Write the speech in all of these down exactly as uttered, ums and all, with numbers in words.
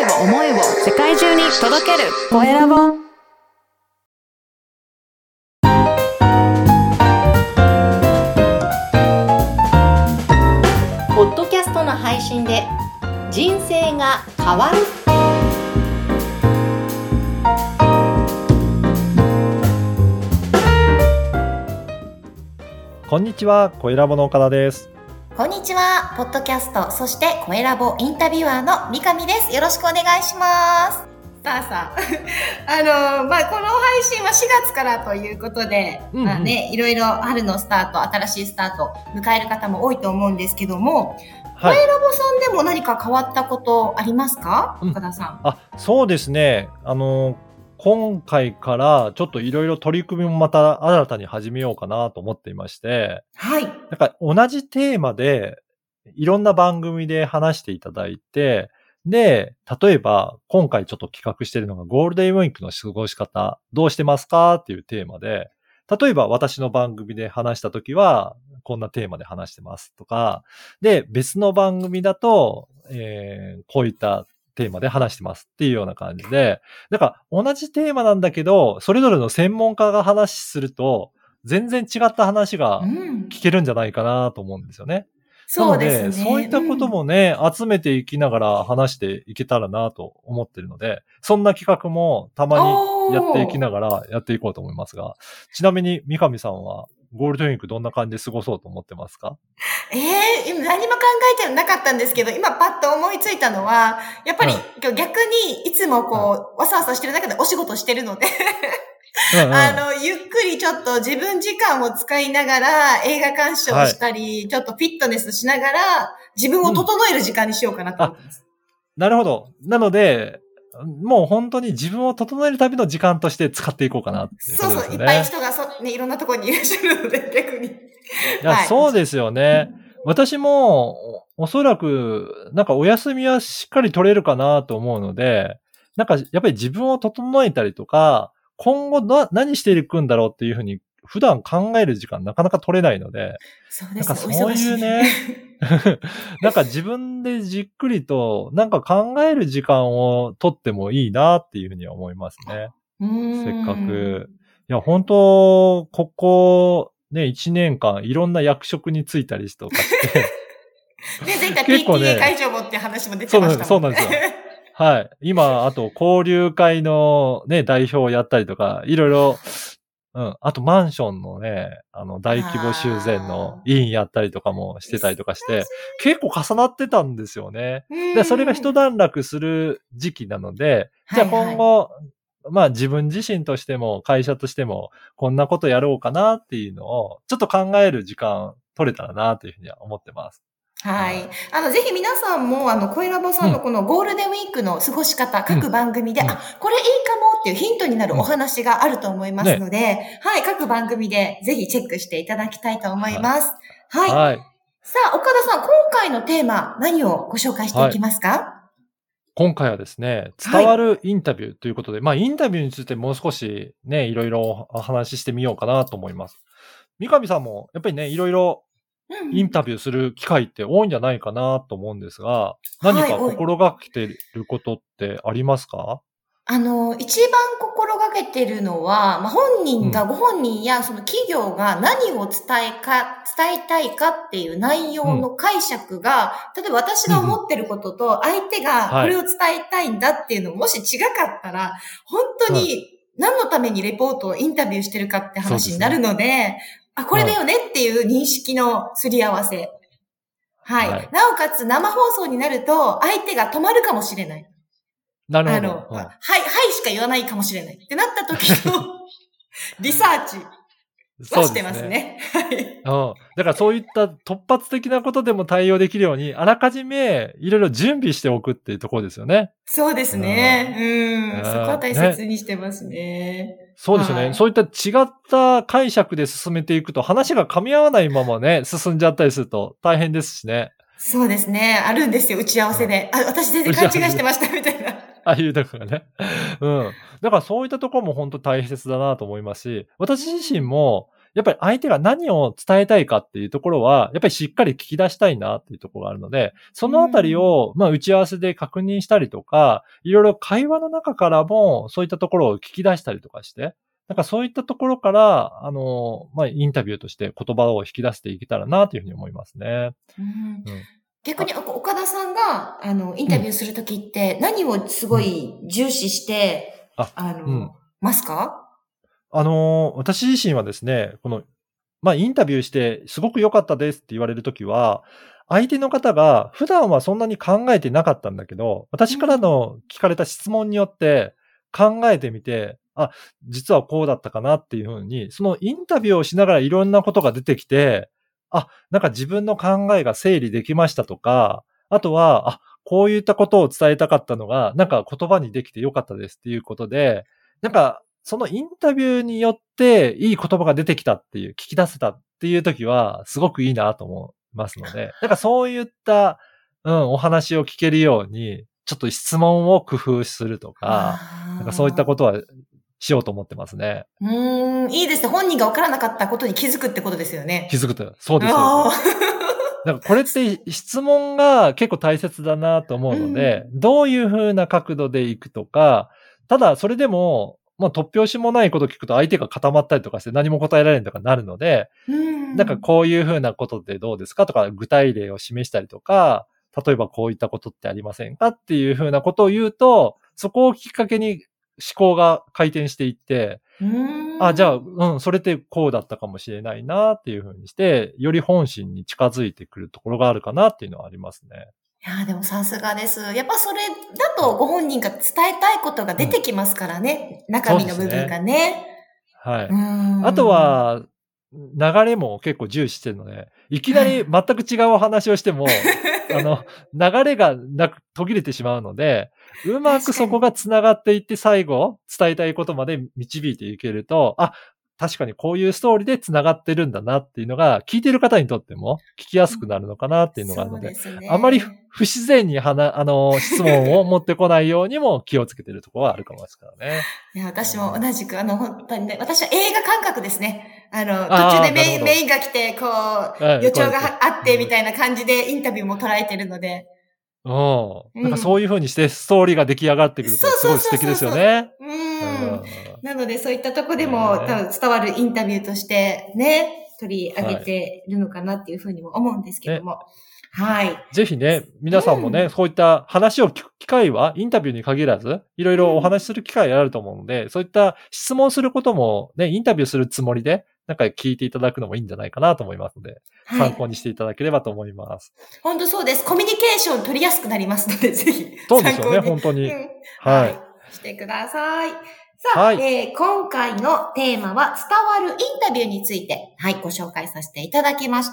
を思いを世界中に届けるコエラボ。 ポッドキャストの配信で人生が変わる。 こんにちは、コエラボの岡田です。 こんにちは、ポッドキャスト、そしてコエラボインタビュアーの三上です。よろしくお願いします。さあさあ、あの、まあ、この配信はしがつからということで、うんうん、まあね、いろいろ春のスタート、新しいスタート、迎える方も多いと思うんですけども、はい、コエラボさんでも何か変わったことありますか、岡田さん。 あ、そうですね。あの、今回からちょっといろいろ取り組みもまた新たに始めようかなと思っていまして、 はい。 なんか同じテーマでいろんな番組で話していただいて、で、例えば今回ちょっと企画しているのがゴールデンウィークの過ごし方どうしてますかっていうテーマで、例えば私の番組で話したときはこんなテーマで話してますとか、で、別の番組だと、えー、こういったテーマで話してますっていうような感じで、だから同じテーマなんだけど、それぞれの専門家が話すると、全然違った話が聞けるんじゃないかなと思うんですよね。うん、なので、そうですね。そういったこともね、うん、集めていきながら話していけたらなと思ってるので、そんな企画もたまにやっていきながらやっていこうと思いますが、ちなみに三上さんはゴールデンウィークどんな感じで過ごそうと思ってますか？ ええー、今何も考えてなかったんですけど、今パッと思いついたのは、やっぱり、うん、逆にいつもこう、わさわさしてる中でお仕事してるので、うんうん、あの、ゆっくりちょっと自分時間を使いながら映画鑑賞したり、はい、ちょっとフィットネスしながら自分を整える時間にしようかなと思ってます。 うん、なるほど。なので、もう本当に自分を整えるための時間として使っていこうかなっていうことですね。 そうそう、いっぱい人がそ、ね、いろんなところにいらっしゃるので、逆に。いや、はい、そうですよね。私も、おそらく、なんかお休みはしっかり取れるかなと思うので、なんかやっぱり自分を整えたりとか、今後な何していくんだろうっていうふうに、普段考える時間なかなか取れないので、 そうですね、 なんかそういうね、なんか自分でじっくりと、なんか考える時間を取ってもいいなっていうふうには思いますね。 うーんせっかく。いや、本当ここ、ね、一年間いろんな役職に就いたりとかして。 ね、前回 ピーティーエー 会長もって話も出てましたもんね。 そうなんですよ。はい。今、あと交流会のね、代表をやったりとか、いろいろ、うん。あとマンションのね、あの、大規模修繕の委員やったりとかもしてたりとかして、結構重なってたんですよね。で、それが一段落する時期なので、じゃあ今後、はいはい、まあ自分自身としても会社としてもこんなことやろうかなっていうのをちょっと考える時間取れたらなというふうには思ってます。 はい。あの、ぜひ皆さんも、あの、コエラボさんのこのゴールデンウィークの過ごし方、うん、各番組で、うん、あ、これいいかもっていうヒントになるお話があると思いますので、うんね、はい、各番組でぜひチェックしていただきたいと思います。はい。はいはい、さあ、岡田さん、今回のテーマ、何をご紹介していきますか？はい、 今回はですね、伝わるインタビューということで、はい、まあ、インタビューについてもう少しね、いろいろお話ししてみようかなと思います。三上さんも、やっぱりね、いろいろインタビューする機会って多いんじゃないかなと思うんですが、何か心がけていることってありますか？はい、 あの、一番心がけてるのは、まあ、本人が、うん、ご本人やその企業が何を伝えか、伝えたいかっていう内容の解釈が、うん、例えば私が思ってることと相手がこれを伝えたいんだっていうのも、もし違かったら、本当に何のためにレポートをインタビューしてるかって話になるので、であ、これだよねっていう認識のすり合わせ。はい。はい、なおかつ生放送になると相手が止まるかもしれない。 なるほど。あの、 はい、はい、はいしか言わないかもしれないってなった時のリサーチはしてますね。はい、 うん。だからそういった突発的なことでも対応できるように、あらかじめいろいろ準備しておくっていうところですよね。 そうですね。うん。うん、そこは大切にしてますね。ねそうですよね、はい。そういった違った解釈で進めていくと話が噛み合わないままね、進んじゃったりすると大変ですしね。 そうですね。あるんですよ、打ち合わせで。うん、あ、私全然勘違いしてましたみたいな。 ああいうところがね。うん。だからそういったところも本当大切だなと思いますし、私自身も、 やっぱり相手が何を伝えたいかっていうところは、やっぱりしっかり聞き出したいなっていうところがあるので、そのあたりを、まあ、打ち合わせで確認したりとか、いろいろ会話の中からも、そういったところを聞き出したりとかして、なんかそういったところから、あの、まあ、インタビューとして言葉を引き出していけたらなというふうに思いますね。 うん、 うん逆に岡田さんが、あの、インタビューするときって何をすごい重視して、うん、あ、あの、うん、ますか？ あの、私自身はですね、この、まあ、インタビューしてすごく良かったですって言われるときは、相手の方が普段はそんなに考えてなかったんだけど、私からの聞かれた質問によって考えてみて、あ、実はこうだったかなっていうふうに、そのインタビューをしながらいろんなことが出てきて、あ、なんか自分の考えが整理できましたとか、あとは、あ、こういったことを伝えたかったのが、なんか言葉にできてよかったですっていうことで、なんかそのインタビューによっていい言葉が出てきたっていう、聞き出せたっていう時は、すごくいいなと思いますので、なんかそういった、うん、お話を聞けるように、ちょっと質問を工夫するとか、なんかそういったことは、しようと思ってますね。 うーん、いいですね。本人が分からなかったことに気づくってことですよね。 気づくと。そうです。そうです。なんかこれって質問が結構大切だなと思うので、うん、どういう風な角度でいくとか、ただそれでも、まあ突拍子もないこと聞くと相手が固まったりとかして何も答えられないとかなるので、うん、なんかこういう風なことでどうですかとか具体例を示したりとか、例えばこういったことってありませんかっていう風なことを言うと、そこをきっかけに思考が回転していって、あ、じゃあ、うん、それってこうだったかもしれないなっていうふうにして、より本心に近づいてくるところがあるかなっていうのはありますね。 いやでもさすがです。やっぱそれだとご本人が伝えたいことが出てきますからね。うん、中身の部分がね。ねはい。あとは、流れも結構重視してるので、いきなり全く違うお話をしても、あの、流れがなく途切れてしまうので、うまくそこが繋がっていって最後、伝えたいことまで導いていけると、あ、確かにこういうストーリーで繋がってるんだなっていうのが、聞いてる方にとっても聞きやすくなるのかなっていうのがあるので、うんそうですね、あまり不自然にはな、あの、質問を持ってこないようにも気をつけてるところはあるかもですからね。 いや、私も同じく、あの、本当にね、私は映画感覚ですね。あの、途中でメイン、メインが来て、こう、予兆があってみたいな感じでインタビューも捉えてるので。 うん。なんかそういう風にしてストーリーが出来上がってくるとすごい素敵ですよね。 うん。なのでそういったとこでも、ね、多分伝わるインタビューとしてね、取り上げてるのかなっていう風にも思うんですけども。はい。はい、 ぜひね、皆さんもね、うん、そういった話を聞く機会はインタビューに限らず、いろいろお話しする機会があると思うので、うん、そういった質問することもね、インタビューするつもりで、なんか聞いていただくのもいいんじゃないかなと思いますので、はい、参考にしていただければと思います。 本当そうです。コミュニケーション取りやすくなりますので、ぜひ。 そうですよね、本当に。うん、はい、 はい。してください。さあ、はい、えー、今回のテーマは伝わるインタビューについて、はい、ご紹介させていただきました。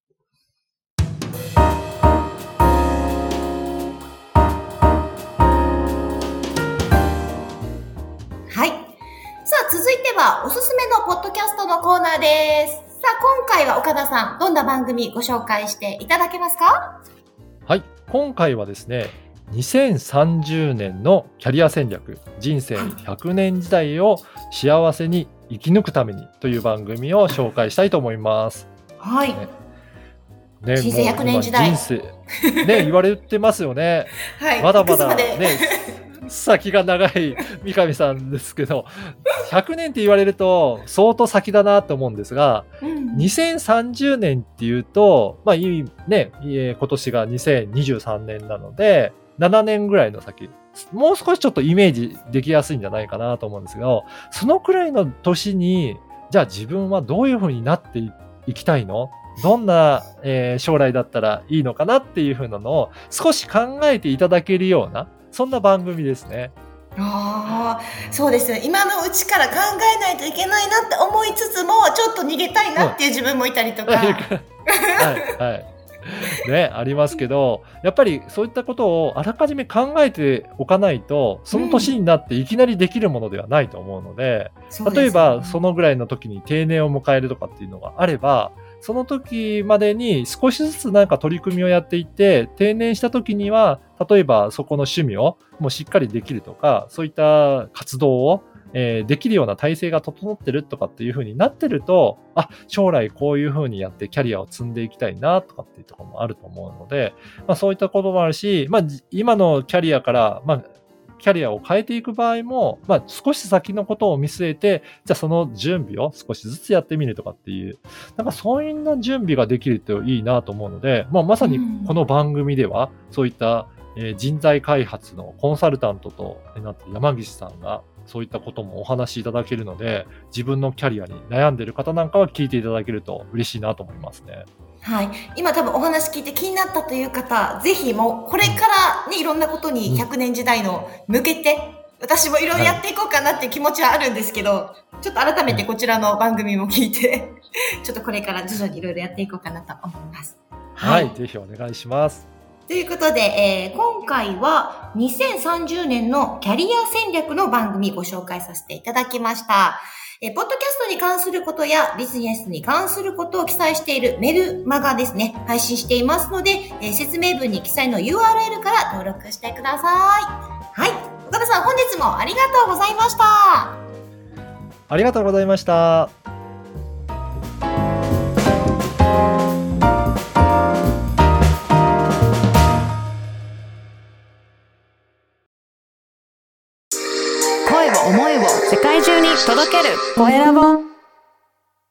続いてはおすすめのポッドキャストのコーナーです。さあ、今回は岡田さん、どんな番組ご紹介していただけますか？ はい、今回はですね、にせんさんじゅうねんのキャリア戦略、人生ひゃくねん時代を幸せに生き抜くためにという番組を紹介したいと思います。 はい。 ねね、 人生ひゃくねん時代。 人生、ね、言われてますよね。 はい。 まだまだね、先が長い三上さんですけど、ひゃくねんって言われると相当先だなと思うんですが、うん、にせんさんじゅうねんっていうと、まあいいね、今年がにせんにじゅうさんねんなので、ななねんぐらいの先、もう少しちょっとイメージできやすいんじゃないかなと思うんですけど、そのくらいの年に、じゃあ自分はどういう風になっていきたいの？どんな、えー、将来だったらいいのかなっていう風なのを少し考えていただけるような、そんな番組ですね。 ああ、そうですね。今のうちから考えないといけないなって思いつつも、ちょっと逃げたいなっていう自分もいたりとか。うん、はい、 はい。ね、ありますけど、やっぱりそういったことをあらかじめ考えておかないと、その年になっていきなりできるものではないと思うので、うん、例えばそのぐらいの時に定年を迎えるとかっていうのがあれば、その時までに少しずつなんか取り組みをやっていって、定年した時には、例えばそこの趣味をもうしっかりできるとか、そういった活動をえー、できるような体制が整ってるとかっていう風になってると、あ、将来こういう風にやってキャリアを積んでいきたいなとかっていうところもあると思うので、まあそういったこともあるし、まあ今のキャリアから、まあキャリアを変えていく場合も、まあ少し先のことを見据えて、じゃあその準備を少しずつやってみるとかっていう、なんかそういうな準備ができるといいなと思うので、まあまさにこの番組では、そういった、えー、人材開発のコンサルタントとなって山岸さんが、そういったこともお話しいただけるので、自分のキャリアに悩んでいる方なんかは聞いていただけると嬉しいなと思いますね。 はい。今多分お話聞いて気になったという方、ぜひもうこれからね、いろんなことにひゃくねん時代の向けて、私もいろいろやっていこうかなっていう気持ちはあるんですけど、はい、ちょっと改めてこちらの番組も聞いて、ちょっとこれから徐々にいろいろやっていこうかなと思います。 はい。はい、ぜひお願いします。 ということで、えー、今回はにせんさんじゅうねんのキャリア戦略の番組ご紹介させていただきました。えー、ポッドキャストに関することやビジネスに関することを記載しているメルマガですね、配信していますので、えー、説明文に記載の ユーアールエル から登録してください。はい。岡田さん、本日もありがとうございました。 ありがとうございました。 声を思いを世界中に届けるコエラボ。